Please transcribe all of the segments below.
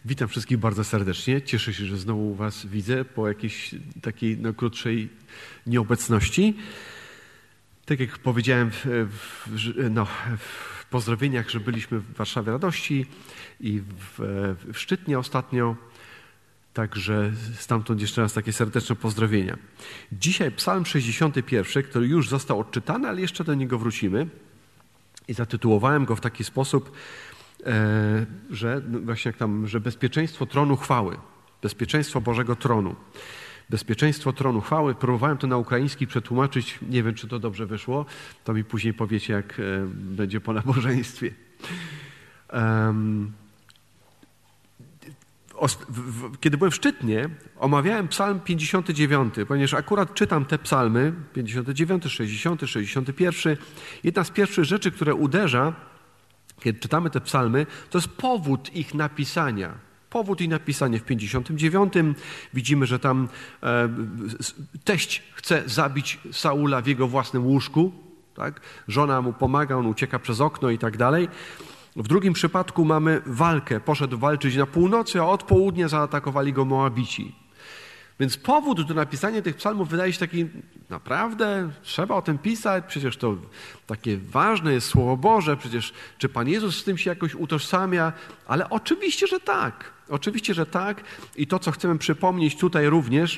Witam wszystkich bardzo serdecznie. Cieszę się, że znowu was widzę po jakiejś takiej krótszej nieobecności. Tak jak powiedziałem w pozdrowieniach, że byliśmy w Warszawie Radości i w Szczytnie ostatnio. Także stamtąd jeszcze raz takie serdeczne pozdrowienia. Dzisiaj Psalm 61, który już został odczytany, ale jeszcze do niego wrócimy. I zatytułowałem go w taki sposób, że właśnie jak tam, że bezpieczeństwo tronu chwały, bezpieczeństwo Bożego tronu, bezpieczeństwo tronu chwały. Próbowałem to na ukraiński przetłumaczyć, nie wiem, czy to dobrze wyszło, to mi później powiecie, jak będzie po nabożeństwie. Kiedy byłem w Szczytnie, omawiałem psalm 59, ponieważ akurat czytam te psalmy, 59, 60, 61. Jedna z pierwszych rzeczy, które uderza, kiedy czytamy te psalmy, to jest powód ich napisania. Powód ich napisania w 59 widzimy, że tam teść chce zabić Saula w jego własnym łóżku, tak? Żona mu pomaga, on ucieka przez okno i tak dalej. W drugim przypadku mamy walkę. Poszedł walczyć na północy, a od południa zaatakowali go Moabici. Więc powód do napisania tych psalmów wydaje się taki, naprawdę trzeba o tym pisać, przecież to takie ważne jest Słowo Boże, przecież czy Pan Jezus z tym się jakoś utożsamia? Ale oczywiście, że tak. Oczywiście, że tak. I to, co chcemy przypomnieć tutaj również,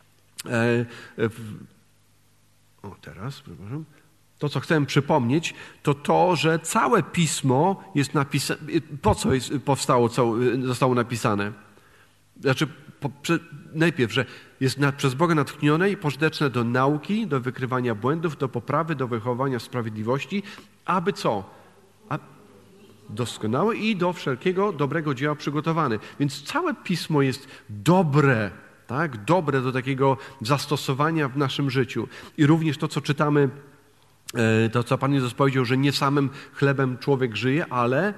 to, co chcę przypomnieć, to to, że całe Pismo jest napisane. Po co zostało napisane? Znaczy, najpierw, że jest przez Boga natchnione i pożyteczne do nauki, do wykrywania błędów, do poprawy, do wychowania w sprawiedliwości, aby co? Doskonałe i do wszelkiego dobrego dzieła przygotowane. Więc całe Pismo jest dobre, tak? Dobre do takiego zastosowania w naszym życiu. I również to, co czytamy, to, co Pan Jezus powiedział, że nie samym chlebem człowiek żyje, ale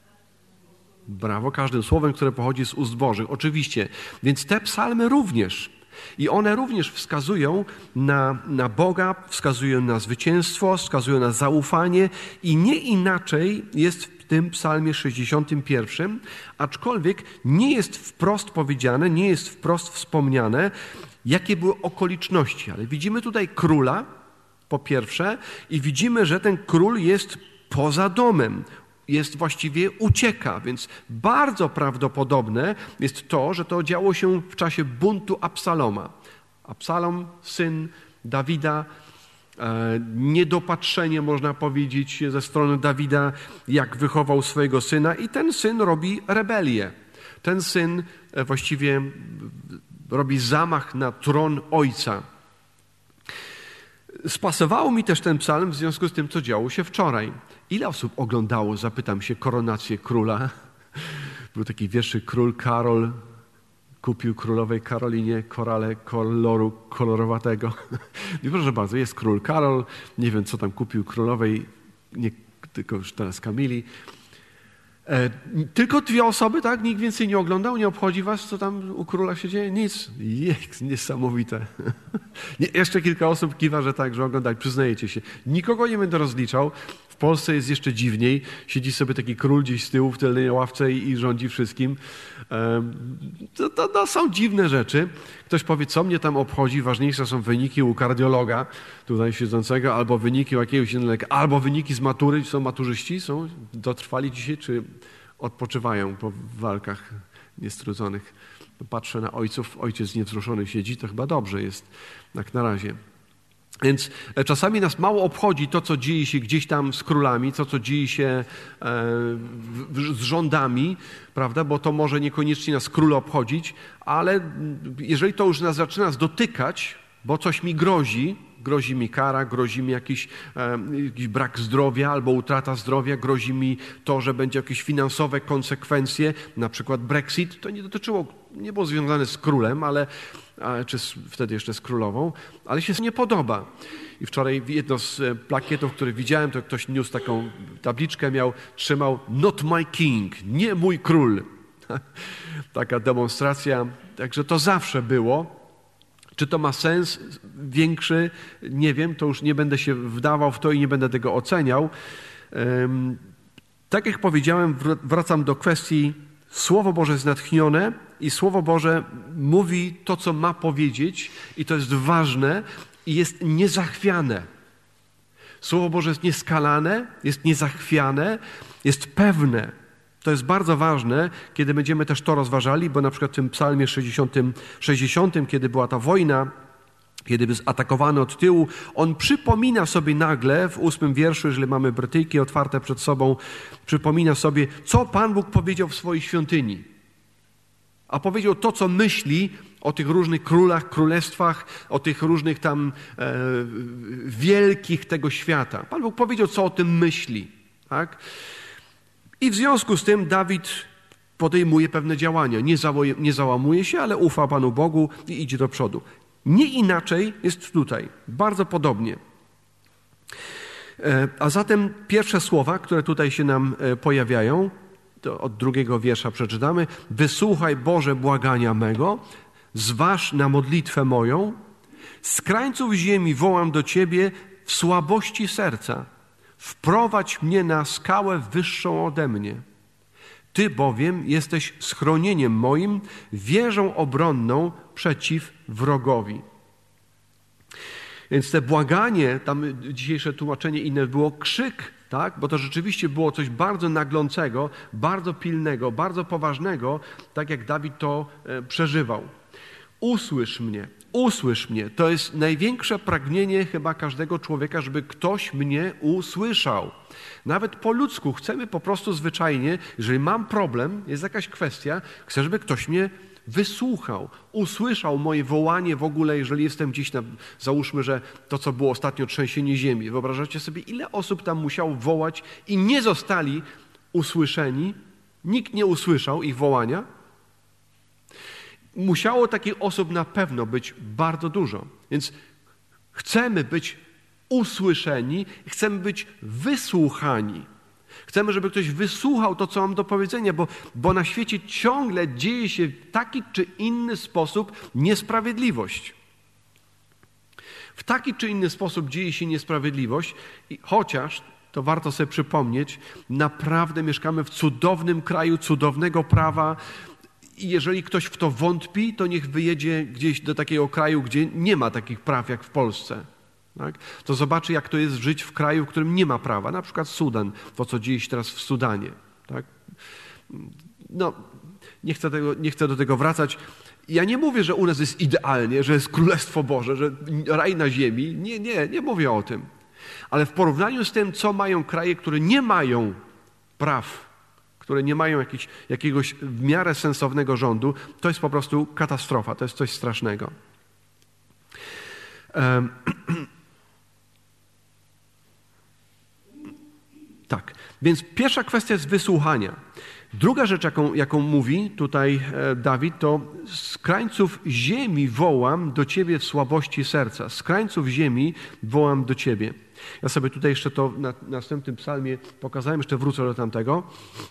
każdym słowem, które pochodzi z ust Bożych. Oczywiście. Więc te psalmy również. I one również wskazują na Boga, wskazują na zwycięstwo, wskazują na zaufanie i nie inaczej jest w tym psalmie 61, aczkolwiek nie jest wprost powiedziane, nie jest wprost wspomniane, jakie były okoliczności. Ale widzimy tutaj króla, po pierwsze, i widzimy, że ten król jest poza domem, właściwie ucieka, więc bardzo prawdopodobne jest to, że to działo się w czasie buntu Absaloma. Absalom, syn Dawida, niedopatrzenie, można powiedzieć, ze strony Dawida, jak wychował swojego syna i ten syn robi rebelię. Ten syn właściwie robi zamach na tron ojca. Spasowało mi też ten psalm w związku z tym, co działo się wczoraj. Ile osób oglądało, zapytam się, koronację króla? Był taki wierszy król Karol, kupił królowej Karolinie korale koloru kolorowatego. I proszę bardzo, jest król Karol, nie wiem, co tam kupił królowej, nie, tylko już teraz Kamili. Tylko 2 osoby, tak? Nikt więcej nie oglądał, nie obchodzi was, co tam u króla się dzieje? Nic. Jest niesamowite. Jeszcze kilka osób kiwa, że tak, że oglądali. Przyznajecie się. Nikogo nie będę rozliczał. W Polsce jest jeszcze dziwniej. Siedzi sobie taki król gdzieś z tyłu w tylnej ławce i rządzi wszystkim. To są dziwne rzeczy. Ktoś powie, co mnie tam obchodzi, ważniejsze są wyniki u kardiologa tutaj siedzącego, albo wyniki u jakiegoś innego, albo wyniki z matury. Są maturzyści? Dotrwali dzisiaj, czy odpoczywają po walkach niestrudzonych? Patrzę na ojców, ojciec niewzruszony siedzi, to chyba dobrze jest, jak na razie. Więc czasami nas mało obchodzi to, co dzieje się gdzieś tam z królami, to, co dzieje się z rządami, prawda? Bo to może niekoniecznie nas król obchodzić, ale jeżeli to już nas zaczyna dotykać, bo coś mi grozi mi kara, grozi mi jakiś brak zdrowia albo utrata zdrowia, grozi mi to, że będzie jakieś finansowe konsekwencje, na przykład Brexit, to nie było związane z królem, czy wtedy jeszcze z królową, ale się nie podoba. I wczoraj jedno z plakietów, które widziałem, to ktoś niósł taką tabliczkę, trzymał "Not my king", nie mój król. Taka demonstracja, także to zawsze było. Czy to ma sens większy? Nie wiem, to już nie będę się wdawał w to i nie będę tego oceniał. Tak jak powiedziałem, wracam do kwestii Słowo Boże jest natchnione i Słowo Boże mówi to, co ma powiedzieć i to jest ważne i jest niezachwiane. Słowo Boże jest nieskalane, jest niezachwiane, jest pewne. To jest bardzo ważne, kiedy będziemy też to rozważali, bo na przykład w tym psalmie 60, kiedy była ta wojna, kiedy był atakowany od tyłu, on przypomina sobie nagle w 8 wierszu, jeżeli mamy Brytyjki otwarte przed sobą, przypomina sobie, co Pan Bóg powiedział w swojej świątyni. A powiedział to, co myśli o tych różnych królach, królestwach, o tych różnych tam wielkich tego świata. Pan Bóg powiedział, co o tym myśli. Tak? I w związku z tym Dawid podejmuje pewne działania. Nie załamuje się, ale ufa Panu Bogu i idzie do przodu. Nie inaczej jest tutaj. Bardzo podobnie. A zatem pierwsze słowa, które tutaj się nam pojawiają, to od 2 wiersza przeczytamy. Wysłuchaj, Boże, błagania mego, zważ na modlitwę moją. Z krańców ziemi wołam do Ciebie w słabości serca. Wprowadź mnie na skałę wyższą ode mnie. Ty bowiem jesteś schronieniem moim, wieżą obronną przeciw wrogowi. Więc te błaganie, tam dzisiejsze tłumaczenie inne było krzyk, tak? Bo to rzeczywiście było coś bardzo naglącego, bardzo pilnego, bardzo poważnego, tak jak Dawid to przeżywał. Usłysz mnie, usłysz mnie. To jest największe pragnienie chyba każdego człowieka, żeby ktoś mnie usłyszał. Nawet po ludzku chcemy po prostu zwyczajnie, jeżeli mam problem, jest jakaś kwestia, chcę, żeby ktoś mnie wysłuchał, usłyszał moje wołanie w ogóle, jeżeli jestem gdzieś załóżmy, że to, co było ostatnio trzęsienie ziemi. Wyobrażacie sobie, ile osób tam musiało wołać i nie zostali usłyszeni? Nikt nie usłyszał ich wołania? Musiało takich osób na pewno być bardzo dużo. Więc chcemy być usłyszeni, chcemy być wysłuchani. Chcemy, żeby ktoś wysłuchał to, co mam do powiedzenia, bo na świecie ciągle dzieje się w taki czy inny sposób niesprawiedliwość. W taki czy inny sposób dzieje się niesprawiedliwość, chociaż, to warto sobie przypomnieć, naprawdę mieszkamy w cudownym kraju, cudownego prawa i jeżeli ktoś w to wątpi, to niech wyjedzie gdzieś do takiego kraju, gdzie nie ma takich praw jak w Polsce. Tak? To zobaczy, jak to jest żyć w kraju, w którym nie ma prawa. Na przykład Sudan, to co dzieje się teraz w Sudanie. Tak? No, nie chcę do tego wracać. Ja nie mówię, że u nas jest idealnie, że jest Królestwo Boże, że raj na ziemi. Nie mówię o tym. Ale w porównaniu z tym, co mają kraje, które nie mają praw, które nie mają jakiegoś w miarę sensownego rządu, to jest po prostu katastrofa, to jest coś strasznego. Tak, więc pierwsza kwestia jest wysłuchania. Druga rzecz, jaką mówi tutaj Dawid, to z krańców ziemi wołam do Ciebie w słabości serca. Z krańców ziemi wołam do Ciebie. Ja sobie tutaj jeszcze to na następnym psalmie pokazałem, jeszcze wrócę do tamtego.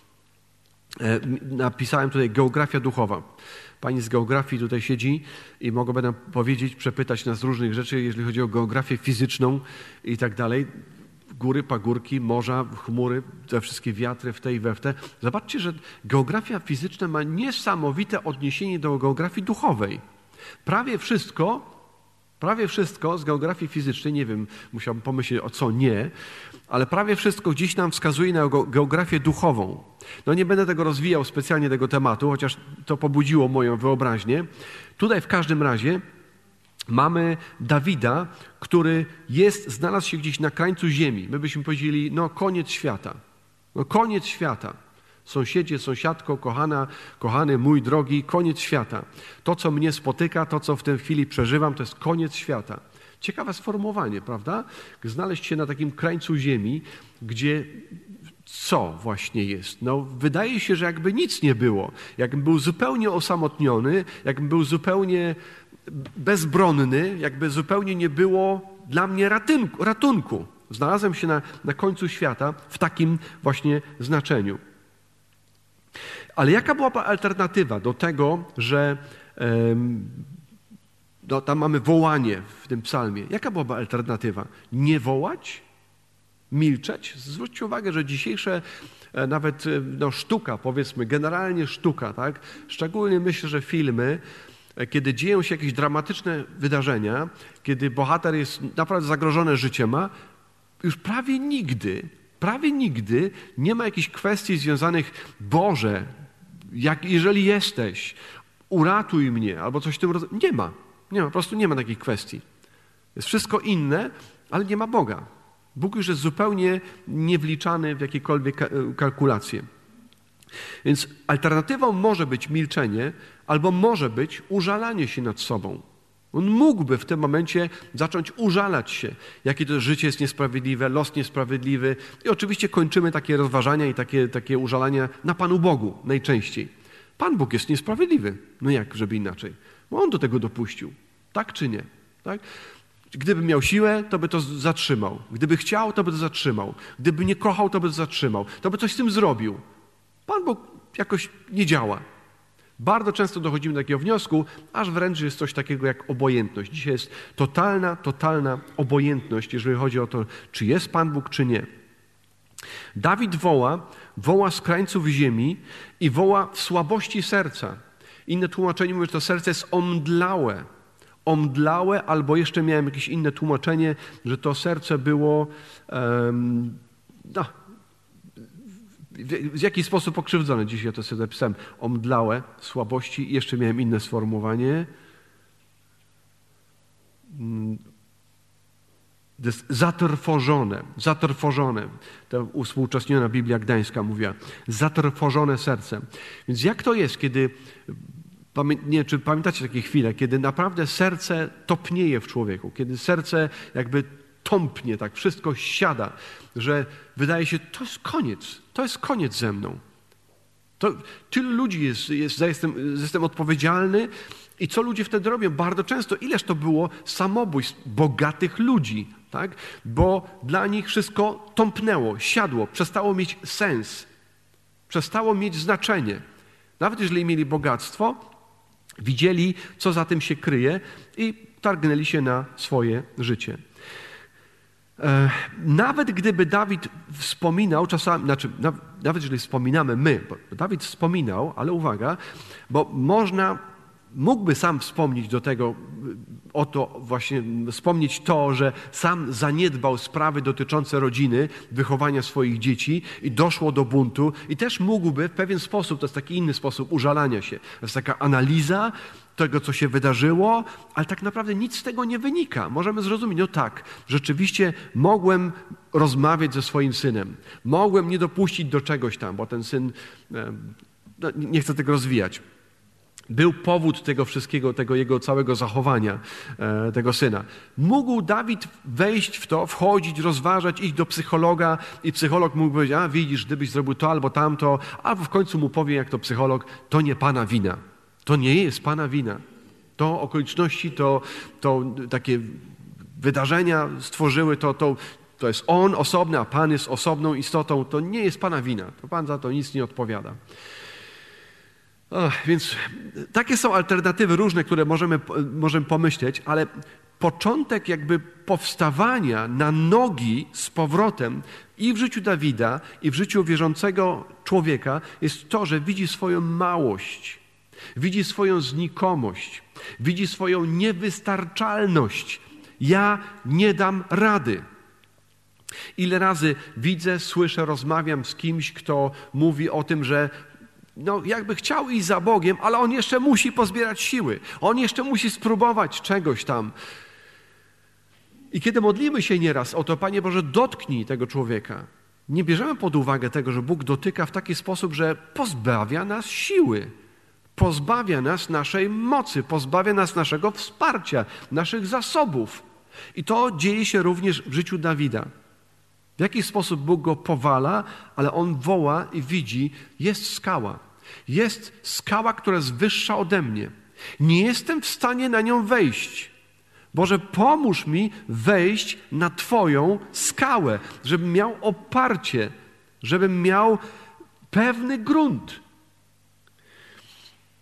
Napisałem tutaj geografia duchowa. Pani z geografii tutaj siedzi i będę powiedzieć, przepytać nas różnych rzeczy, jeżeli chodzi o geografię fizyczną i tak dalej. Góry, pagórki, morza, chmury, te wszystkie wiatry w te i we w te. Zobaczcie, że geografia fizyczna ma niesamowite odniesienie do geografii duchowej. Prawie wszystko z geografii fizycznej, nie wiem, musiałbym pomyśleć o co nie, ale prawie wszystko gdzieś nam wskazuje na geografię duchową. No nie będę tego rozwijał specjalnie tego tematu, chociaż to pobudziło moją wyobraźnię. Tutaj w każdym razie mamy Dawida, który znalazł się gdzieś na krańcu ziemi. My byśmy powiedzieli, koniec świata. Koniec świata. Sąsiedzie, sąsiadko, kochany, mój drogi, koniec świata. To, co mnie spotyka, to, co w tej chwili przeżywam, to jest koniec świata. Ciekawe sformułowanie, prawda? Znaleźć się na takim krańcu ziemi, gdzie co właśnie jest? Wydaje się, że jakby nic nie było. Jakbym był zupełnie osamotniony, jakbym był zupełnie bezbronny, jakby zupełnie nie było dla mnie ratunku. Znalazłem się na końcu świata w takim właśnie znaczeniu. Ale jaka była alternatywa do tego, że tam mamy wołanie w tym psalmie? Jaka byłaby alternatywa? Nie wołać? milczeć? Zwróćcie uwagę, że dzisiejsze nawet sztuka, powiedzmy, generalnie sztuka, tak? Szczególnie myślę, że filmy, kiedy dzieją się jakieś dramatyczne wydarzenia, kiedy bohater jest naprawdę zagrożone życiem, już prawie nigdy nie ma jakichś kwestii związanych, Boże, jeżeli jesteś, uratuj mnie, albo coś w tym rodzaju. Po prostu nie ma takich kwestii. Jest wszystko inne, ale nie ma Boga. Bóg już jest zupełnie niewliczany w jakiekolwiek kalkulacje. Więc alternatywą może być milczenie, albo może być użalanie się nad sobą. On mógłby w tym momencie zacząć użalać się, jakie to życie jest niesprawiedliwe, los niesprawiedliwy. I oczywiście kończymy takie rozważania i takie użalania na Panu Bogu najczęściej. Pan Bóg jest niesprawiedliwy. No jak, żeby inaczej? Bo On do tego dopuścił. Tak czy nie? Tak? Gdyby miał siłę, to by to zatrzymał. Gdyby chciał, to by to zatrzymał. Gdyby nie kochał, to by to zatrzymał. To by coś z tym zrobił. Pan Bóg jakoś nie działa. Bardzo często dochodzimy do takiego wniosku, aż wręcz jest coś takiego jak obojętność. Dzisiaj jest totalna obojętność, jeżeli chodzi o to, czy jest Pan Bóg, czy nie. Dawid woła z krańców ziemi i woła w słabości serca. Inne tłumaczenie mówi, że to serce jest omdlałe, albo jeszcze miałem jakieś inne tłumaczenie, że to serce było w jakiś sposób pokrzywdzone. Dzisiaj ja to sobie zapisałem. Omdlałe, słabości i jeszcze miałem inne sformułowanie. Zatrwożone. To uwspółcześniona Biblia Gdańska mówiła. Zatrwożone serce. Więc jak to jest, kiedy... Nie, czy pamiętacie takie chwile, kiedy naprawdę serce topnieje w człowieku, kiedy serce jakby tąpnie, tak wszystko siada, że wydaje się, to jest koniec ze mną. Tylu ludzi jestem odpowiedzialny i co ludzie wtedy robią? Bardzo często, ileż to było samobójstw bogatych ludzi, tak? Bo dla nich wszystko tąpnęło, siadło, przestało mieć sens, przestało mieć znaczenie. Nawet jeżeli mieli bogactwo, widzieli, co za tym się kryje i targnęli się na swoje życie. Nawet gdyby Dawid wspominał czasami, nawet jeżeli wspominamy my, bo Dawid wspominał, ale uwaga, bo mógłby sam wspomnieć do tego, wspomnieć to, że sam zaniedbał sprawy dotyczące rodziny, wychowania swoich dzieci i doszło do buntu i też mógłby w pewien sposób, to jest taki inny sposób użalania się, to jest taka analiza tego, co się wydarzyło, ale tak naprawdę nic z tego nie wynika. Możemy zrozumieć, no tak, rzeczywiście mogłem rozmawiać ze swoim synem, mogłem nie dopuścić do czegoś tam, bo ten syn, nie chcę tego rozwijać, był powód tego wszystkiego, tego jego całego zachowania, tego syna. Mógł Dawid wejść w to, wchodzić, rozważać, iść do psychologa i psycholog mógł powiedzieć, widzisz, gdybyś zrobił to albo tamto, albo w końcu mu powie, jak to psycholog, to nie Pana wina. To nie jest Pana wina. To okoliczności, to takie wydarzenia stworzyły to jest On osobny, a Pan jest osobną istotą. To nie jest Pana wina. To Pan za to nic nie odpowiada. Więc takie są alternatywy różne, które możemy pomyśleć, ale początek jakby powstawania na nogi z powrotem i w życiu Dawida, i w życiu wierzącego człowieka jest to, że widzi swoją małość, widzi swoją znikomość, widzi swoją niewystarczalność. Ja nie dam rady. Ile razy widzę, słyszę, rozmawiam z kimś, kto mówi o tym, że jakby chciał iść za Bogiem, ale on jeszcze musi pozbierać siły. On jeszcze musi spróbować czegoś tam. I kiedy modlimy się nieraz o to, Panie Boże, dotknij tego człowieka, nie bierzemy pod uwagę tego, że Bóg dotyka w taki sposób, że pozbawia nas siły, pozbawia nas naszej mocy, pozbawia nas naszego wsparcia, naszych zasobów. I to dzieje się również w życiu Dawida. W jaki sposób Bóg go powala, ale on woła i widzi, jest skała. Jest skała, która jest wyższa ode mnie. Nie jestem w stanie na nią wejść. Boże, pomóż mi wejść na Twoją skałę, żebym miał oparcie, żebym miał pewny grunt.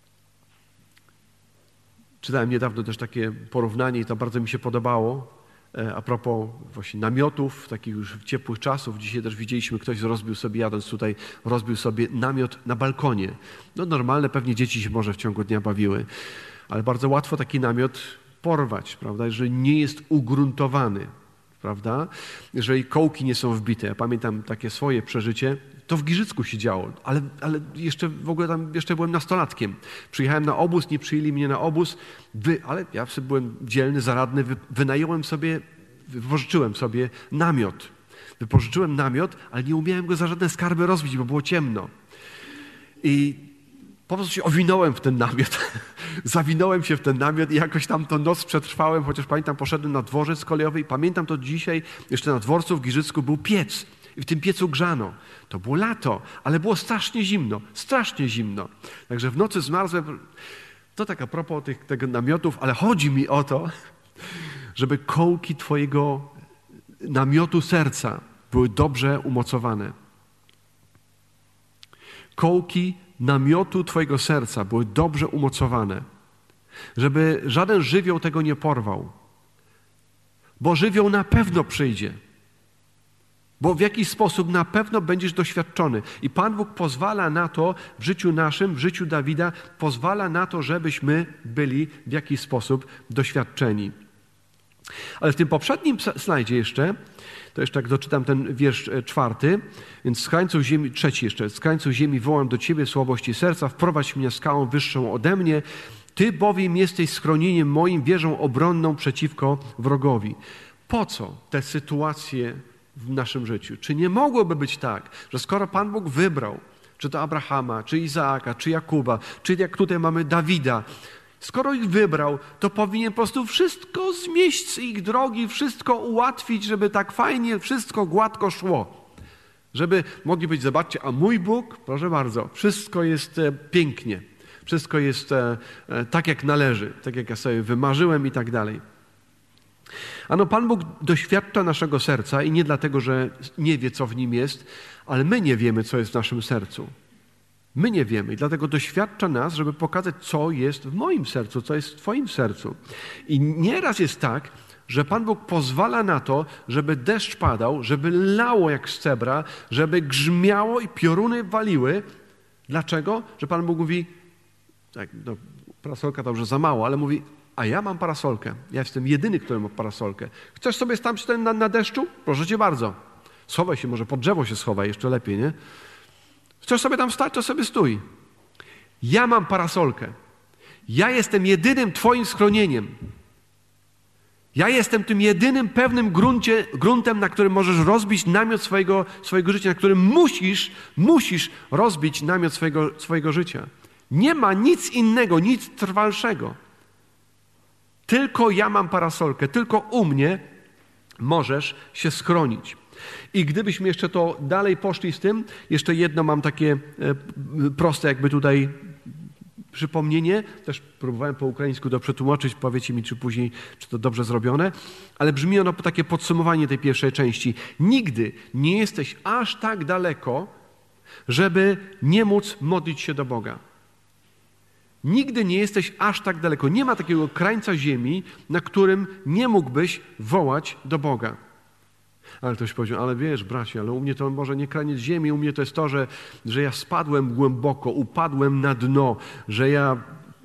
Czytałem niedawno też takie porównanie i to bardzo mi się podobało. A propos właśnie namiotów, takich już ciepłych czasów, dzisiaj też widzieliśmy, ktoś rozbił sobie, jadąc tutaj, rozbił sobie namiot na balkonie. No normalne, pewnie dzieci się może w ciągu dnia bawiły, ale bardzo łatwo taki namiot porwać, prawda, jeżeli nie jest ugruntowany, prawda, jeżeli kołki nie są wbite. Ja pamiętam takie swoje przeżycie, to w Giżycku się działo, ale jeszcze w ogóle tam jeszcze byłem nastolatkiem. Przyjechałem na obóz, nie przyjęli mnie na obóz, ale ja sobie byłem dzielny, zaradny, wypożyczyłem sobie namiot. Wypożyczyłem namiot, ale nie umiałem go za żadne skarby rozbić, bo było ciemno. I po prostu się owinąłem w ten namiot. Zawinąłem się w ten namiot i jakoś tam to noc przetrwałem, chociaż pamiętam, poszedłem na dworzec kolejowy i pamiętam to dzisiaj, jeszcze na dworcu w Giżycku był piec. I w tym piecu grzano. To było lato, ale było strasznie zimno. Także w nocy zmarzłem. To tak a propos tego namiotów, ale chodzi mi o to, żeby kołki twojego namiotu serca były dobrze umocowane. Kołki namiotu twojego serca były dobrze umocowane. Żeby żaden żywioł tego nie porwał. Bo żywioł na pewno przyjdzie. Bo w jakiś sposób na pewno będziesz doświadczony. I Pan Bóg pozwala na to w życiu naszym, w życiu Dawida, pozwala na to, żebyśmy byli w jakiś sposób doświadczeni. Ale w tym poprzednim slajdzie jeszcze, to jeszcze jak doczytam ten wiersz 4, więc z krańców ziemi, 3 jeszcze, z krańców ziemi wołam do Ciebie słabości serca, wprowadź mnie skałą wyższą ode mnie, Ty bowiem jesteś schronieniem moim, wieżą obronną przeciwko wrogowi. Po co te sytuacje w naszym życiu? Czy nie mogłoby być tak, że skoro Pan Bóg wybrał, czy to Abrahama, czy Izaaka, czy Jakuba, czy jak tutaj mamy Dawida, skoro ich wybrał, to powinien po prostu wszystko zmieść z ich drogi, wszystko ułatwić, żeby tak fajnie, wszystko gładko szło. Żeby mogli być, zobaczcie, a mój Bóg, proszę bardzo, wszystko jest pięknie, wszystko jest tak jak należy, tak jak ja sobie wymarzyłem i tak dalej. Ano Pan Bóg doświadcza naszego serca i nie dlatego, że nie wie, co w nim jest, ale my nie wiemy, co jest w naszym sercu. My nie wiemy i dlatego doświadcza nas, żeby pokazać, co jest w moim sercu, co jest w Twoim sercu. I nieraz jest tak, że Pan Bóg pozwala na to, żeby deszcz padał, żeby lało jak z cebra, żeby grzmiało i pioruny waliły. Dlaczego? Że Pan Bóg mówi, tak, no, parasolka to już za mało, ale mówi, a ja mam parasolkę. Ja jestem jedyny, który ma parasolkę. Chcesz sobie stać na deszczu? Proszę Cię bardzo. Schowaj się, może pod drzewo się schowaj, jeszcze lepiej, nie? Chcesz sobie tam stać, to sobie stój. Ja mam parasolkę. Ja jestem jedynym Twoim schronieniem. Ja jestem tym jedynym pewnym gruntem, na którym możesz rozbić namiot swojego życia, na którym musisz rozbić namiot swojego życia. Nie ma nic innego, nic trwalszego. Tylko ja mam parasolkę, tylko u mnie możesz się schronić. I gdybyśmy jeszcze to dalej poszli z tym, jeszcze jedno mam takie proste jakby tutaj przypomnienie, też próbowałem po ukraińsku to przetłumaczyć, powiecie mi, czy później, czy to dobrze zrobione, ale brzmi ono takie podsumowanie tej pierwszej części. Nigdy nie jesteś aż tak daleko, żeby nie móc modlić się do Boga. Nigdy nie jesteś aż tak daleko. Nie ma takiego krańca ziemi, na którym nie mógłbyś wołać do Boga. Ale ktoś powiedział, ale wiesz, bracie, ale u mnie to może nie kraniec ziemi, u mnie to jest to, że ja spadłem głęboko, upadłem na dno, że ja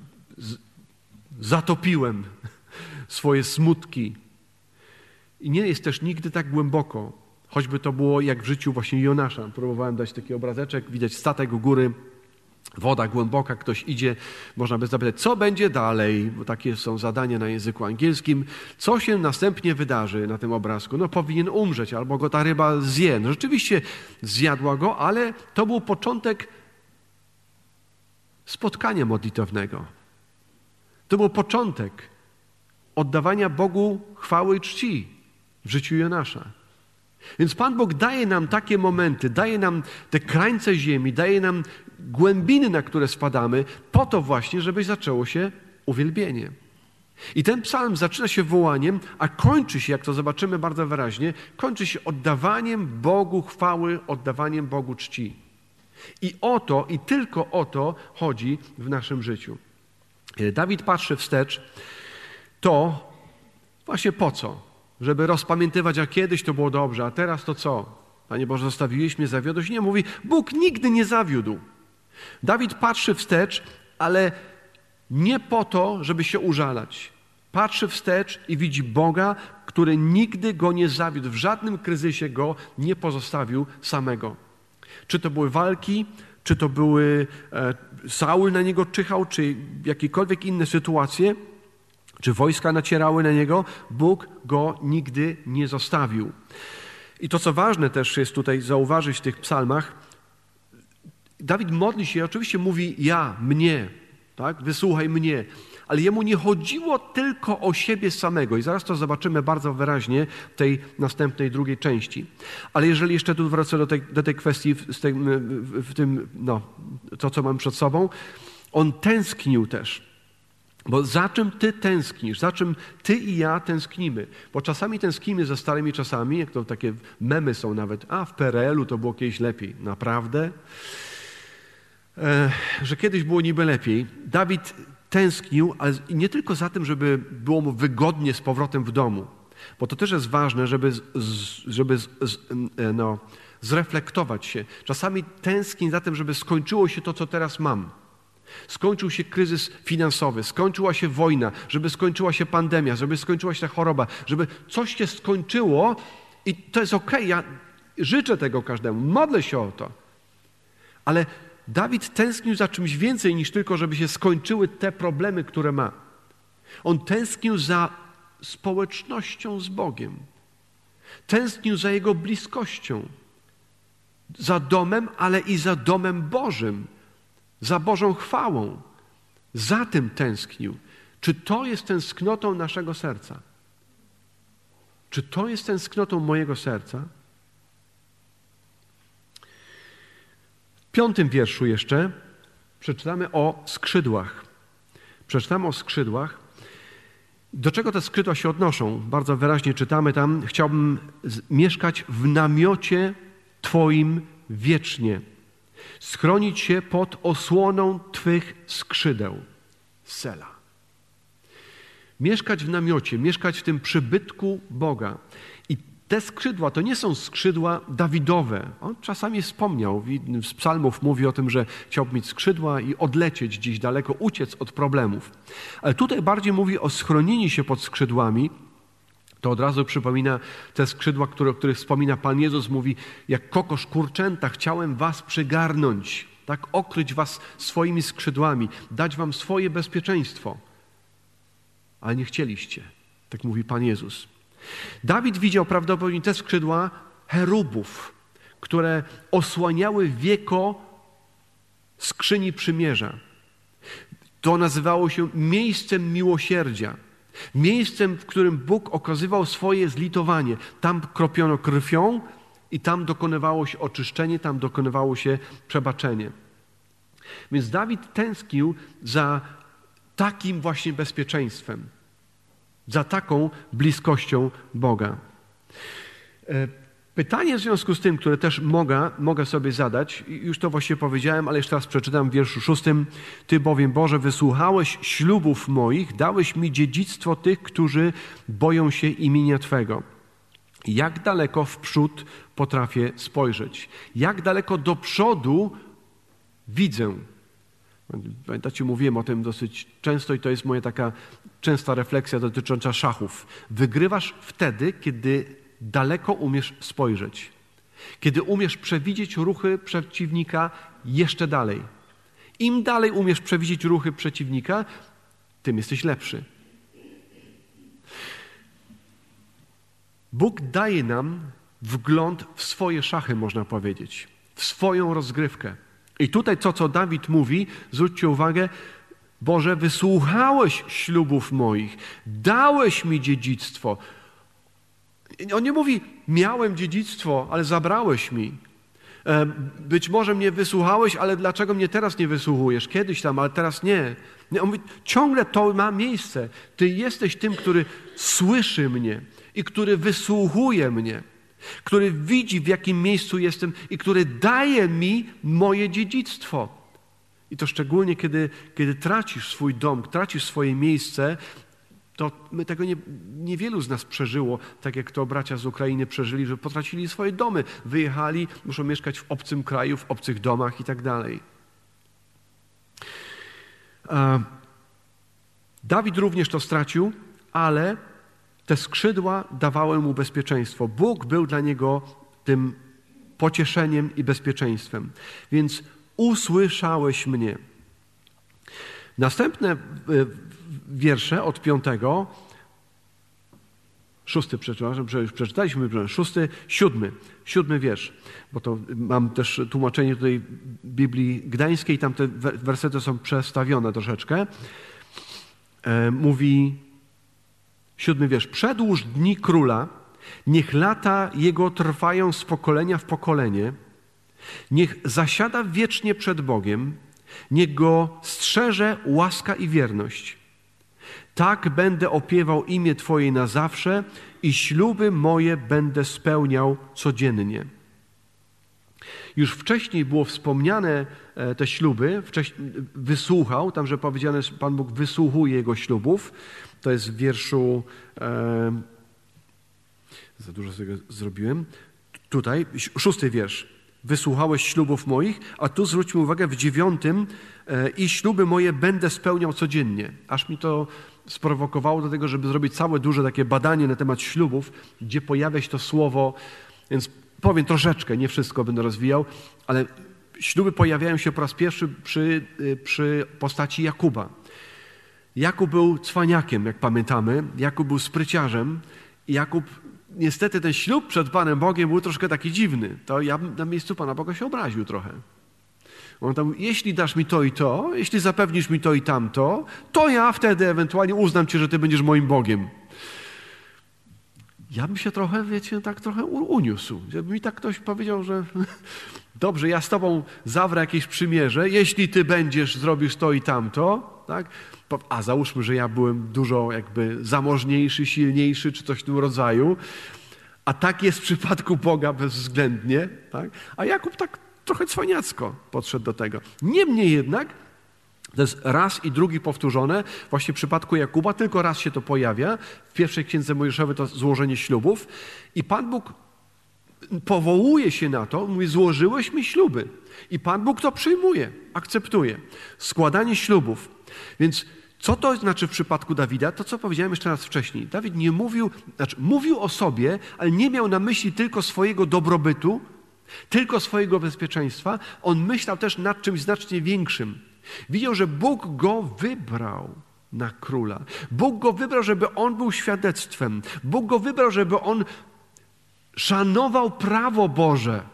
zatopiłem swoje smutki. I nie jest też nigdy tak głęboko, choćby to było jak w życiu właśnie Jonasza. Próbowałem dać taki obrazeczek, widać statek u góry, woda głęboka, ktoś idzie, można by zapytać, co będzie dalej, bo takie są zadania na języku angielskim, co się następnie wydarzy na tym obrazku. No powinien umrzeć, albo go ta ryba zje. No, rzeczywiście zjadła go, ale to był początek spotkania modlitewnego. To był początek oddawania Bogu chwały i czci w życiu Jonasza. Więc Pan Bóg daje nam takie momenty, daje nam te krańce ziemi, daje nam głębiny, na które spadamy, po to właśnie, żeby zaczęło się uwielbienie. I ten psalm zaczyna się wołaniem, a kończy się, jak to zobaczymy bardzo wyraźnie, kończy się oddawaniem Bogu chwały, oddawaniem Bogu czci. I o to, i tylko o to chodzi w naszym życiu. Kiedy Dawid patrzy wstecz, to właśnie po co? żeby rozpamiętywać, a kiedyś to było dobrze, a teraz to co? Panie Boże, zostawiłeś mnie, zawiodłeś? Nie, mówi, Bóg nigdy nie zawiódł. Dawid patrzy wstecz, ale nie po to, żeby się użalać. Patrzy wstecz i widzi Boga, który nigdy go nie zawiódł. W żadnym kryzysie go nie pozostawił samego. Czy to były walki, czy to były Saul na niego czyhał, czy jakiekolwiek inne sytuacje, czy wojska nacierały na niego, Bóg go nigdy nie zostawił. I to, co ważne też jest tutaj zauważyć w tych psalmach, Dawid modli się, oczywiście mówi ja, mnie, tak? Wysłuchaj mnie, ale jemu nie chodziło tylko o siebie samego i zaraz to zobaczymy bardzo wyraźnie w tej następnej drugiej części. Ale jeżeli jeszcze tu wrócę do tej kwestii w tym, to co mam przed sobą, on tęsknił też. Bo za czym ty tęsknisz? Za czym ty i ja tęsknimy? Bo czasami tęsknimy za starymi czasami, jak to takie memy są nawet, w PRL-u to było kiedyś lepiej. Naprawdę? Że kiedyś było niby lepiej. Dawid tęsknił, ale nie tylko za tym, żeby było mu wygodnie z powrotem w domu, bo to też jest ważne, żeby zreflektować się. Czasami tęskni za tym, żeby skończyło się to, co teraz mam. Skończył się kryzys finansowy, skończyła się wojna, żeby skończyła się pandemia, żeby skończyła się ta choroba, żeby coś się skończyło i to jest okej. Ja życzę tego każdemu, modlę się o to. Ale Dawid tęsknił za czymś więcej niż tylko, żeby się skończyły te problemy, które ma. On tęsknił za społecznością z Bogiem. Tęsknił za Jego bliskością. Za domem, ale i za domem Bożym. Za Bożą chwałą. Za tym tęsknił. Czy to jest tęsknotą naszego serca? Czy to jest tęsknotą mojego serca? W 5. wierszu jeszcze przeczytamy o skrzydłach. Przeczytamy o skrzydłach. Do czego te skrzydła się odnoszą? Bardzo wyraźnie czytamy tam: chciałbym mieszkać w namiocie Twoim wiecznie, schronić się pod osłoną Twych skrzydeł. Sela. Mieszkać w namiocie, mieszkać w tym przybytku Boga. I te skrzydła to nie są skrzydła Dawidowe. On czasami wspomniał, w jednym z psalmów mówi o tym, że chciałby mieć skrzydła i odlecieć gdzieś daleko, uciec od problemów. Ale tutaj bardziej mówi o schronieniu się pod skrzydłami. To od razu przypomina te skrzydła, o których wspomina Pan Jezus. Mówi, jak kokosz kurczęta chciałem was przygarnąć, tak okryć was swoimi skrzydłami, dać wam swoje bezpieczeństwo. Ale nie chcieliście. Tak mówi Pan Jezus. Dawid widział prawdopodobnie te skrzydła cherubów, które osłaniały wieko skrzyni przymierza. To nazywało się miejscem miłosierdzia. Miejscem, w którym Bóg okazywał swoje zlitowanie. Tam kropiono krwią i tam dokonywało się oczyszczenie, tam dokonywało się przebaczenie. Więc Dawid tęsknił za takim właśnie bezpieczeństwem, za taką bliskością Boga. Pytanie w związku z tym, które też mogę sobie zadać, już to właściwie powiedziałem, ale jeszcze raz przeczytam w wierszu 6. Ty bowiem, Boże, wysłuchałeś ślubów moich, dałeś mi dziedzictwo tych, którzy boją się imienia Twego. Jak daleko w przód potrafię spojrzeć? Jak daleko do przodu widzę? Pamiętacie, mówiłem o tym dosyć często i to jest moja taka częsta refleksja dotycząca szachów. Wygrywasz wtedy, kiedy daleko umiesz spojrzeć. Kiedy umiesz przewidzieć ruchy przeciwnika jeszcze dalej. Im dalej umiesz przewidzieć ruchy przeciwnika, tym jesteś lepszy. Bóg daje nam wgląd w swoje szachy, można powiedzieć. W swoją rozgrywkę. I tutaj to, co Dawid mówi, zwróćcie uwagę, Boże, wysłuchałeś ślubów moich, dałeś mi dziedzictwo. On nie mówi, miałem dziedzictwo, ale zabrałeś mi. Być może mnie wysłuchałeś, ale dlaczego mnie teraz nie wysłuchujesz? Kiedyś tam, ale teraz nie. On mówi, ciągle to ma miejsce. Ty jesteś tym, który słyszy mnie i który wysłuchuje mnie, który widzi, w jakim miejscu jestem i który daje mi moje dziedzictwo. I to szczególnie, kiedy tracisz swój dom, tracisz swoje miejsce, to my tego niewielu z nas przeżyło, tak jak to bracia z Ukrainy przeżyli, że potracili swoje domy, wyjechali, muszą mieszkać w obcym kraju, w obcych domach i tak dalej. Dawid również to stracił, ale te skrzydła dawały mu bezpieczeństwo. Bóg był dla niego tym pocieszeniem i bezpieczeństwem. Więc usłyszałeś mnie. Następne wiersze od 5, 6, przepraszam, już przeczytaliśmy, 6, 7 wiersz, bo to mam też tłumaczenie tutaj Biblii Gdańskiej, tam te wersety są przestawione troszeczkę. Mówi 7 wiersz. Przedłuż dni króla, niech lata jego trwają z pokolenia w pokolenie, niech zasiada wiecznie przed Bogiem, niech go strzeże łaska i wierność. Tak będę opiewał imię Twoje na zawsze i śluby moje będę spełniał codziennie. Już wcześniej było wspomniane te śluby, wysłuchał, tam że powiedziane, że Pan Bóg wysłuchuje jego ślubów. To jest w wierszu, za dużo tego zrobiłem, tutaj 6 wiersz. Wysłuchałeś ślubów moich, a tu zwróćmy uwagę w 9 i śluby moje będę spełniał codziennie. Aż mi to sprowokowało do tego, żeby zrobić całe duże takie badanie na temat ślubów, gdzie pojawia się to słowo, więc powiem troszeczkę, nie wszystko będę rozwijał, ale śluby pojawiają się po raz pierwszy przy postaci Jakuba. Jakub był cwaniakiem, jak pamiętamy, Jakub był spryciarzem i Jakub, niestety ten ślub przed Panem Bogiem był troszkę taki dziwny. To ja bym na miejscu Pana Boga się obraził trochę. On tam, jeśli dasz mi to i to, jeśli zapewnisz mi to i tamto, to ja wtedy ewentualnie uznam Cię, że Ty będziesz moim Bogiem. Ja bym się trochę, wiecie, tak trochę uniósł. Żeby mi tak ktoś powiedział, że dobrze, ja z Tobą zawrę jakieś przymierze, jeśli Ty zrobisz to i tamto, tak? A załóżmy, że ja byłem dużo jakby zamożniejszy, silniejszy, czy coś w tym rodzaju, a tak jest w przypadku Boga bezwzględnie, tak? A Jakub tak trochę cwaniacko podszedł do tego. Niemniej jednak, to jest raz i drugi powtórzone, właśnie w przypadku Jakuba tylko raz się to pojawia, w pierwszej księdze Mojżeszowej to złożenie ślubów i Pan Bóg powołuje się na to, mówi, złożyłeś mi śluby. I Pan Bóg to przyjmuje, akceptuje. Składanie ślubów. Więc co to znaczy w przypadku Dawida? To, co powiedziałem jeszcze raz wcześniej. Dawid nie mówił, mówił o sobie, ale nie miał na myśli tylko swojego dobrobytu, tylko swojego bezpieczeństwa. On myślał też nad czymś znacznie większym. Widział, że Bóg go wybrał na króla. Bóg go wybrał, żeby on był świadectwem. Bóg go wybrał, żeby on szanował prawo Boże.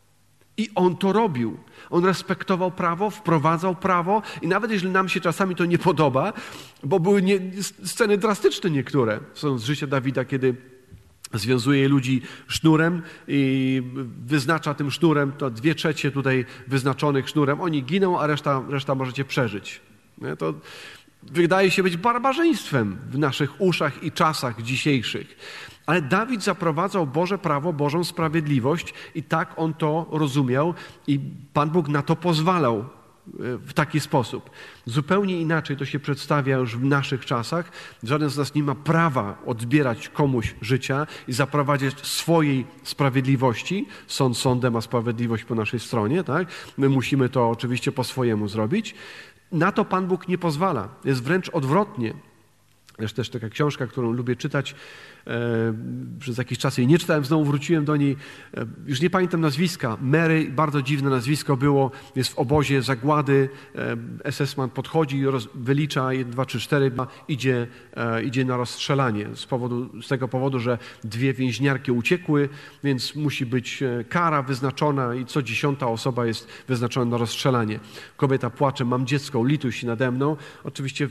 I on to robił. On respektował prawo, wprowadzał prawo i nawet jeśli nam się czasami to nie podoba, bo były sceny drastyczne niektóre są z życia Dawida, kiedy związuje ludzi sznurem i wyznacza tym sznurem, to 2/3 tutaj wyznaczonych sznurem, oni giną, a reszta możecie przeżyć. To wydaje się być barbarzyństwem w naszych uszach i czasach dzisiejszych. Ale Dawid zaprowadzał Boże prawo, Bożą sprawiedliwość i tak on to rozumiał i Pan Bóg na to pozwalał w taki sposób. Zupełnie inaczej to się przedstawia już w naszych czasach. Żaden z nas nie ma prawa odbierać komuś życia i zaprowadzać swojej sprawiedliwości. Sąd sądem, a sprawiedliwość po naszej stronie. Tak? My musimy to oczywiście po swojemu zrobić. Na to Pan Bóg nie pozwala. Jest wręcz odwrotnie. Jest też taka książka, którą lubię czytać. Przez jakiś czas jej nie czytałem, znowu wróciłem do niej. Już nie pamiętam nazwiska. Mary, bardzo dziwne nazwisko było. Jest w obozie zagłady. SS-man podchodzi, wylicza 1, 2, 3, 4. Idzie na rozstrzelanie. Z tego powodu, że 2 więźniarki uciekły, więc musi być kara wyznaczona i co 10. osoba jest wyznaczona na rozstrzelanie. Kobieta płacze, mam dziecko, lituj się nade mną. Oczywiście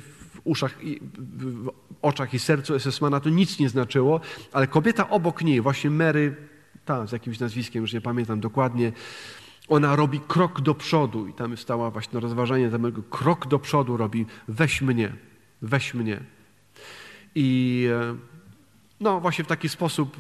w oczach i sercu SS-mana to nic nie znaczyło, ale kobieta obok niej, właśnie Mary, z jakimś nazwiskiem, już nie pamiętam dokładnie, ona robi krok do przodu i tam stała właśnie na rozważanie tego, krok do przodu robi, weź mnie. I no właśnie w taki sposób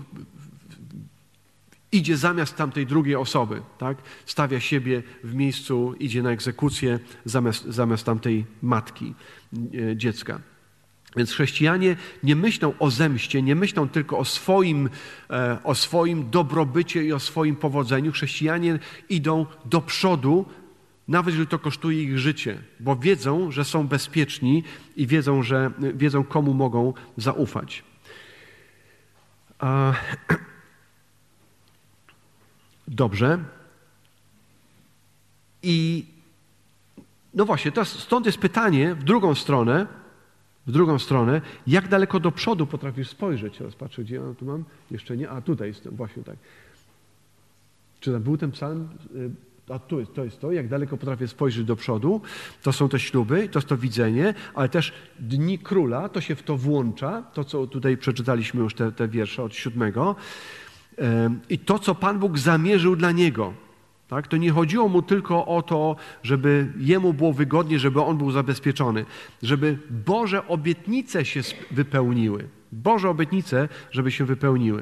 idzie zamiast tamtej drugiej osoby, tak? Stawia siebie w miejscu, idzie na egzekucję zamiast tamtej matki, dziecka. Więc chrześcijanie nie myślą o zemście, nie myślą tylko o swoim dobrobycie i o swoim powodzeniu. Chrześcijanie idą do przodu, nawet jeżeli to kosztuje ich życie, bo wiedzą, że są bezpieczni i wiedzą, komu mogą zaufać. Dobrze. I no właśnie, stąd jest pytanie w drugą stronę, jak daleko do przodu potrafisz spojrzeć. Teraz patrzę, gdzie ja tu mam? Jeszcze nie. A tutaj jestem, właśnie tak. Czy tam był ten psalm? A to jest to, jak daleko potrafię spojrzeć do przodu. To są te śluby, to jest to widzenie, ale też dni króla, to się w to włącza, to co tutaj przeczytaliśmy już te wiersze od 7. I to, co Pan Bóg zamierzył dla niego. Tak? To nie chodziło mu tylko o to, żeby jemu było wygodnie, żeby on był zabezpieczony, żeby Boże obietnice się wypełniły. Boże obietnice, żeby się wypełniły.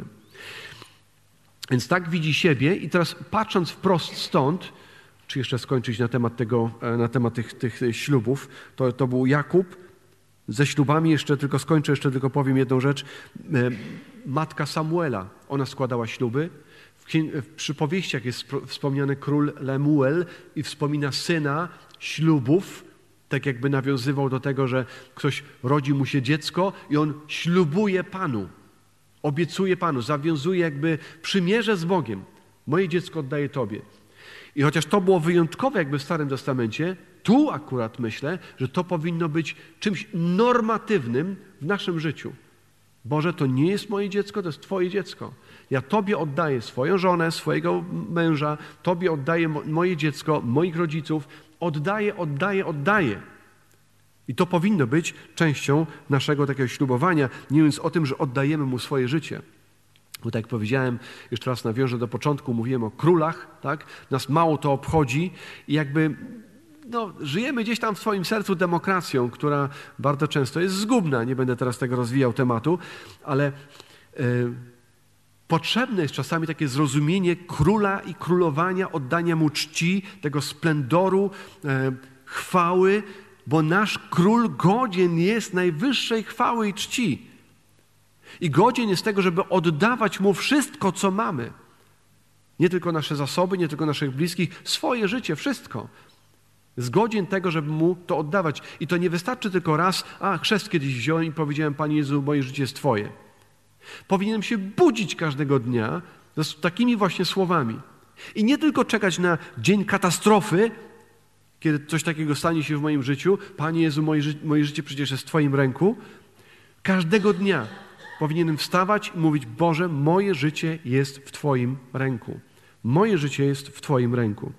Więc tak widzi siebie i teraz patrząc wprost stąd, czy jeszcze skończyć na temat tych ślubów, to był Jakub. Ze ślubami jeszcze tylko powiem jedną rzecz. Matka Samuela, ona składała śluby. W przypowieściach jest wspomniany król Lemuel i wspomina syna ślubów, tak jakby nawiązywał do tego, że ktoś rodzi mu się dziecko i on ślubuje Panu, obiecuje Panu, zawiązuje jakby przymierze z Bogiem. Moje dziecko oddaję Tobie. I chociaż to było wyjątkowe jakby w Starym Testamencie, tu akurat myślę, że to powinno być czymś normatywnym w naszym życiu. Boże, to nie jest moje dziecko, to jest Twoje dziecko. Ja Tobie oddaję swoją żonę, swojego męża, Tobie oddaję moje dziecko, moich rodziców. Oddaję. I to powinno być częścią naszego takiego ślubowania, nie mówiąc o tym, że oddajemy Mu swoje życie. Bo tak jak powiedziałem, jeszcze raz nawiążę do początku, mówiłem o królach, tak? Nas mało to obchodzi i jakby żyjemy gdzieś tam w swoim sercu demokracją, która bardzo często jest zgubna. Nie będę teraz tego rozwijał tematu, ale potrzebne jest czasami takie zrozumienie króla i królowania, oddania mu czci, tego splendoru, chwały, bo nasz król godzien jest najwyższej chwały i czci. I godzien jest tego, żeby oddawać mu wszystko, co mamy. Nie tylko nasze zasoby, nie tylko naszych bliskich, swoje życie, wszystko. Jest godzien tego, żeby mu to oddawać. I to nie wystarczy tylko raz, chrzest kiedyś wziąłem i powiedziałem, Panie Jezu, moje życie jest Twoje. Powinienem się budzić każdego dnia z takimi właśnie słowami. I nie tylko czekać na dzień katastrofy, kiedy coś takiego stanie się w moim życiu. Panie Jezu, moje życie przecież jest w Twoim ręku. Każdego dnia powinienem wstawać i mówić, Boże, moje życie jest w Twoim ręku. Moje życie jest w Twoim ręku.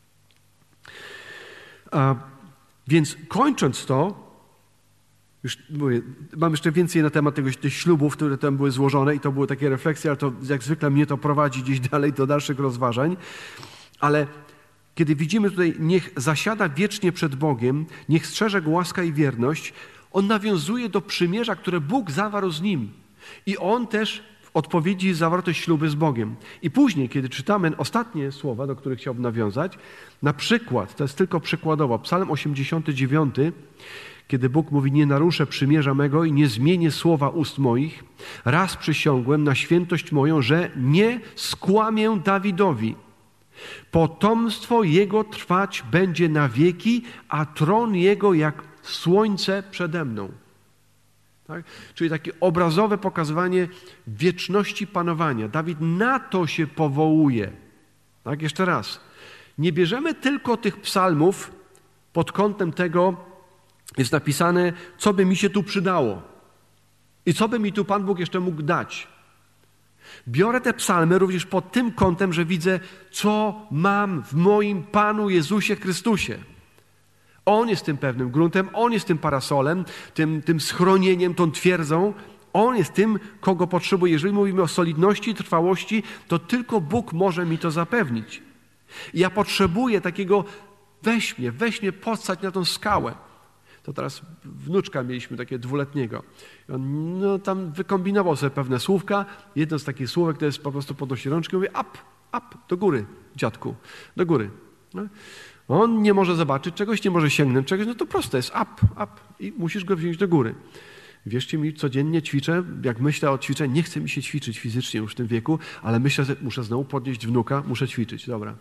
Więc kończąc to, już mówię, mam jeszcze więcej na temat tych ślubów, które tam były złożone i to były takie refleksje, ale to jak zwykle mnie to prowadzi gdzieś dalej do dalszych rozważań. Ale kiedy widzimy tutaj, niech zasiada wiecznie przed Bogiem, niech strzeże go łaska i wierność, on nawiązuje do przymierza, które Bóg zawarł z nim. I on też w odpowiedzi zawarł te śluby z Bogiem. I później, kiedy czytamy ostatnie słowa, do których chciałbym nawiązać, na przykład, to jest tylko przykładowo, Psalm 89, kiedy Bóg mówi, nie naruszę przymierza mego i nie zmienię słowa ust moich, raz przysiągłem na świętość moją, że nie skłamię Dawidowi. Potomstwo jego trwać będzie na wieki, a tron jego jak słońce przede mną. Tak? Czyli takie obrazowe pokazywanie wieczności panowania. Dawid na to się powołuje. Tak? Jeszcze raz. Nie bierzemy tylko tych psalmów pod kątem tego, jest napisane, co by mi się tu przydało i co by mi tu Pan Bóg jeszcze mógł dać. Biorę te psalmy również pod tym kątem, że widzę, co mam w moim Panu Jezusie Chrystusie. On jest tym pewnym gruntem, On jest tym parasolem, tym schronieniem, tą twierdzą. On jest tym, kogo potrzebuję. Jeżeli mówimy o solidności, trwałości, to tylko Bóg może mi to zapewnić. I ja potrzebuję takiego, weź mnie, podstać na tą skałę. To teraz wnuczka mieliśmy, takie 2-letniego. On tam wykombinował sobie pewne słówka. Jedno z takich słówek to jest po prostu podnosi rączkę i mówi up, do góry, dziadku, do góry. No. On nie może zobaczyć czegoś, nie może sięgnąć czegoś, no to proste jest up i musisz go wziąć do góry. Wierzcie mi, codziennie ćwiczę, jak myślę o ćwiczeniu, nie chce mi się ćwiczyć fizycznie już w tym wieku, ale myślę, że muszę znowu podnieść wnuka, muszę ćwiczyć, dobra.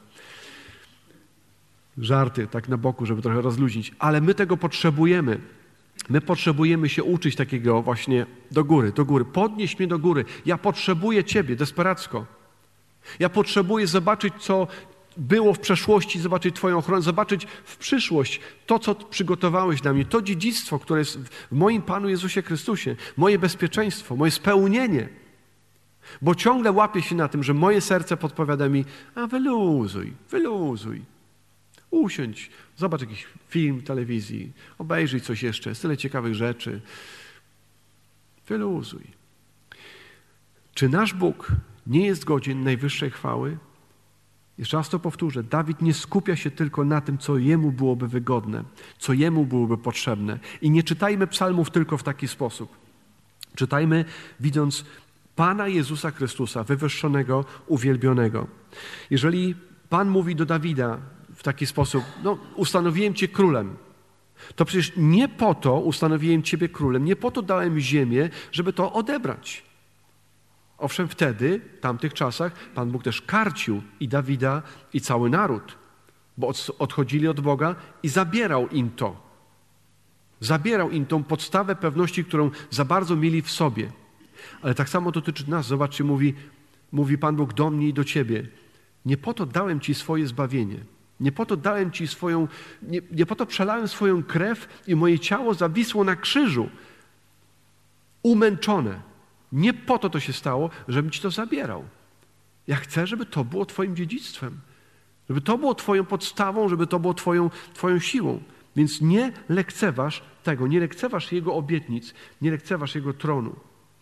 Żarty, tak na boku, żeby trochę rozluźnić, ale my tego potrzebujemy. My potrzebujemy się uczyć takiego właśnie do góry. Podnieś mnie do góry. Ja potrzebuję Ciebie desperacko. Ja potrzebuję zobaczyć, co było w przeszłości, zobaczyć Twoją ochronę, zobaczyć w przyszłość to, co przygotowałeś dla mnie, to dziedzictwo, które jest w moim Panu Jezusie Chrystusie, moje bezpieczeństwo, moje spełnienie. Bo ciągle łapię się na tym, że moje serce podpowiada mi, a wyluzuj. Usiądź, zobacz jakiś film w telewizji, obejrzyj coś jeszcze, jest tyle ciekawych rzeczy. Wyluzuj. Czy nasz Bóg nie jest godzien najwyższej chwały? Jeszcze raz to powtórzę. Dawid nie skupia się tylko na tym, co jemu byłoby wygodne, co jemu byłoby potrzebne. I nie czytajmy psalmów tylko w taki sposób. Czytajmy, widząc Pana Jezusa Chrystusa, wywyższonego, uwielbionego. Jeżeli Pan mówi do Dawida w taki sposób, ustanowiłem Cię królem, to przecież nie po to ustanowiłem Ciebie królem, nie po to dałem ziemię, żeby to odebrać. Owszem, wtedy, w tamtych czasach, Pan Bóg też karcił i Dawida, i cały naród, bo odchodzili od Boga i zabierał im to. Zabierał im tą podstawę pewności, którą za bardzo mieli w sobie. Ale tak samo dotyczy nas. Zobaczcie, mówi Pan Bóg do mnie i do ciebie. Nie po to dałem Ci swoje zbawienie. Nie po to dałem Ci nie po to przelałem swoją krew i moje ciało zawisło na krzyżu. Umęczone. Nie po to się stało, żebym Ci to zabierał. Ja chcę, żeby to było Twoim dziedzictwem. Żeby to było Twoją podstawą, żeby to było Twoją siłą. Więc nie lekceważ tego, nie lekceważ Jego obietnic, nie lekceważ Jego tronu.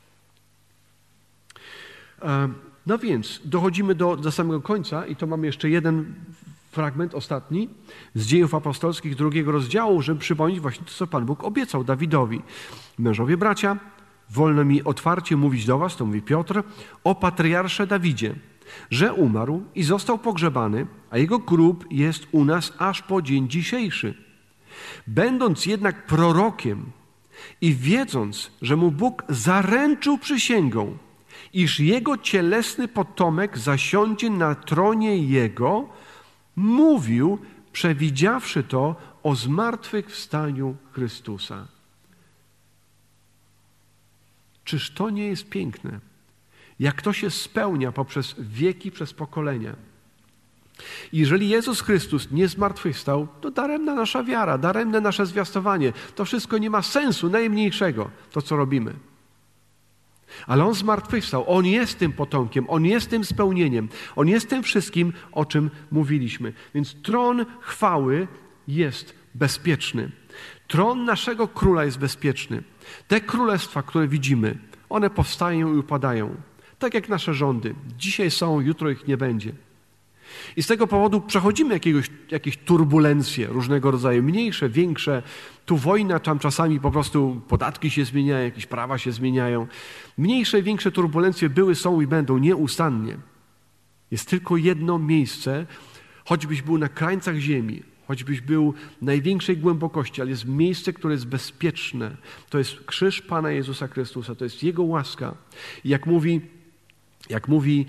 No więc dochodzimy do samego końca i to mamy jeszcze jeden fragment, ostatni, z Dziejów Apostolskich, 2 rozdziału, żeby przypomnieć właśnie to, co Pan Bóg obiecał Dawidowi. Mężowie, bracia, wolno mi otwarcie mówić do was, to mówi Piotr, o patriarsze Dawidzie, że umarł i został pogrzebany, a jego grób jest u nas aż po dzień dzisiejszy. Będąc jednak prorokiem i wiedząc, że mu Bóg zaręczył przysięgą, iż jego cielesny potomek zasiądzie na tronie jego, mówił, przewidziawszy to, o zmartwychwstaniu Chrystusa. Czyż to nie jest piękne? Jak to się spełnia poprzez wieki, przez pokolenia. Jeżeli Jezus Chrystus nie zmartwychwstał, to daremna nasza wiara, daremne nasze zwiastowanie. To wszystko nie ma sensu najmniejszego, to co robimy. Ale On zmartwychwstał, On jest tym potomkiem, On jest tym spełnieniem, On jest tym wszystkim, o czym mówiliśmy. Więc tron chwały jest bezpieczny. Tron naszego króla jest bezpieczny. Te królestwa, które widzimy, one powstają i upadają. Tak jak nasze rządy. Dzisiaj są, jutro ich nie będzie. I z tego powodu przechodzimy jakieś turbulencje różnego rodzaju, mniejsze, większe. Tu wojna, tam czasami po prostu podatki się zmieniają, jakieś prawa się zmieniają. Mniejsze, większe turbulencje były, są i będą nieustannie. Jest tylko jedno miejsce, choćbyś był na krańcach ziemi, choćbyś był w największej głębokości, ale jest miejsce, które jest bezpieczne. To jest krzyż Pana Jezusa Chrystusa, to jest Jego łaska. I jak mówi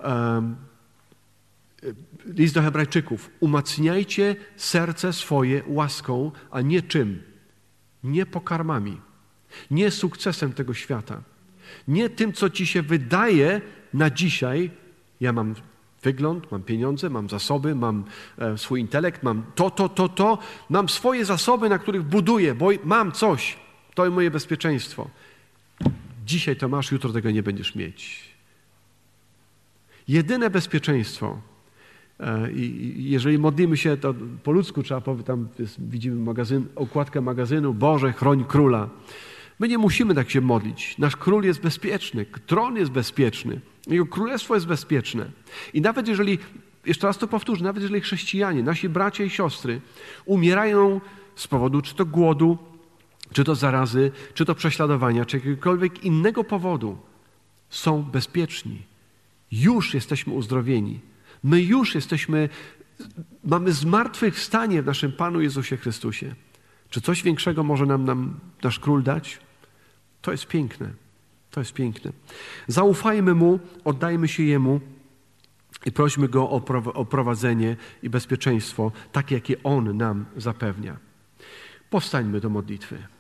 list do Hebrajczyków, umacniajcie serce swoje łaską, a nie czym? Nie pokarmami, nie sukcesem tego świata, nie tym, co ci się wydaje na dzisiaj. Ja mam wygląd, mam pieniądze, mam zasoby, mam swój intelekt, mam to. Mam swoje zasoby, na których buduję, bo mam coś. To jest moje bezpieczeństwo. Dzisiaj to masz, jutro tego nie będziesz mieć. Jedyne bezpieczeństwo, i jeżeli modlimy się, to po ludzku trzeba powiedzieć, tam widzimy okładkę magazynu, Boże, chroń króla. My nie musimy tak się modlić. Nasz król jest bezpieczny, tron jest bezpieczny, Jego królestwo jest bezpieczne. I nawet jeżeli, jeszcze raz to powtórzę, nawet jeżeli chrześcijanie, nasi bracia i siostry umierają z powodu czy to głodu, czy to zarazy, czy to prześladowania, czy jakiegokolwiek innego powodu, są bezpieczni. Już jesteśmy uzdrowieni. My już mamy zmartwychwstanie w naszym Panu Jezusie Chrystusie. Czy coś większego może nam nasz Król dać? To jest piękne. To jest piękne. Zaufajmy Mu, oddajmy się Jemu i prośmy Go o prowadzenie i bezpieczeństwo, takie jakie On nam zapewnia. Powstańmy do modlitwy.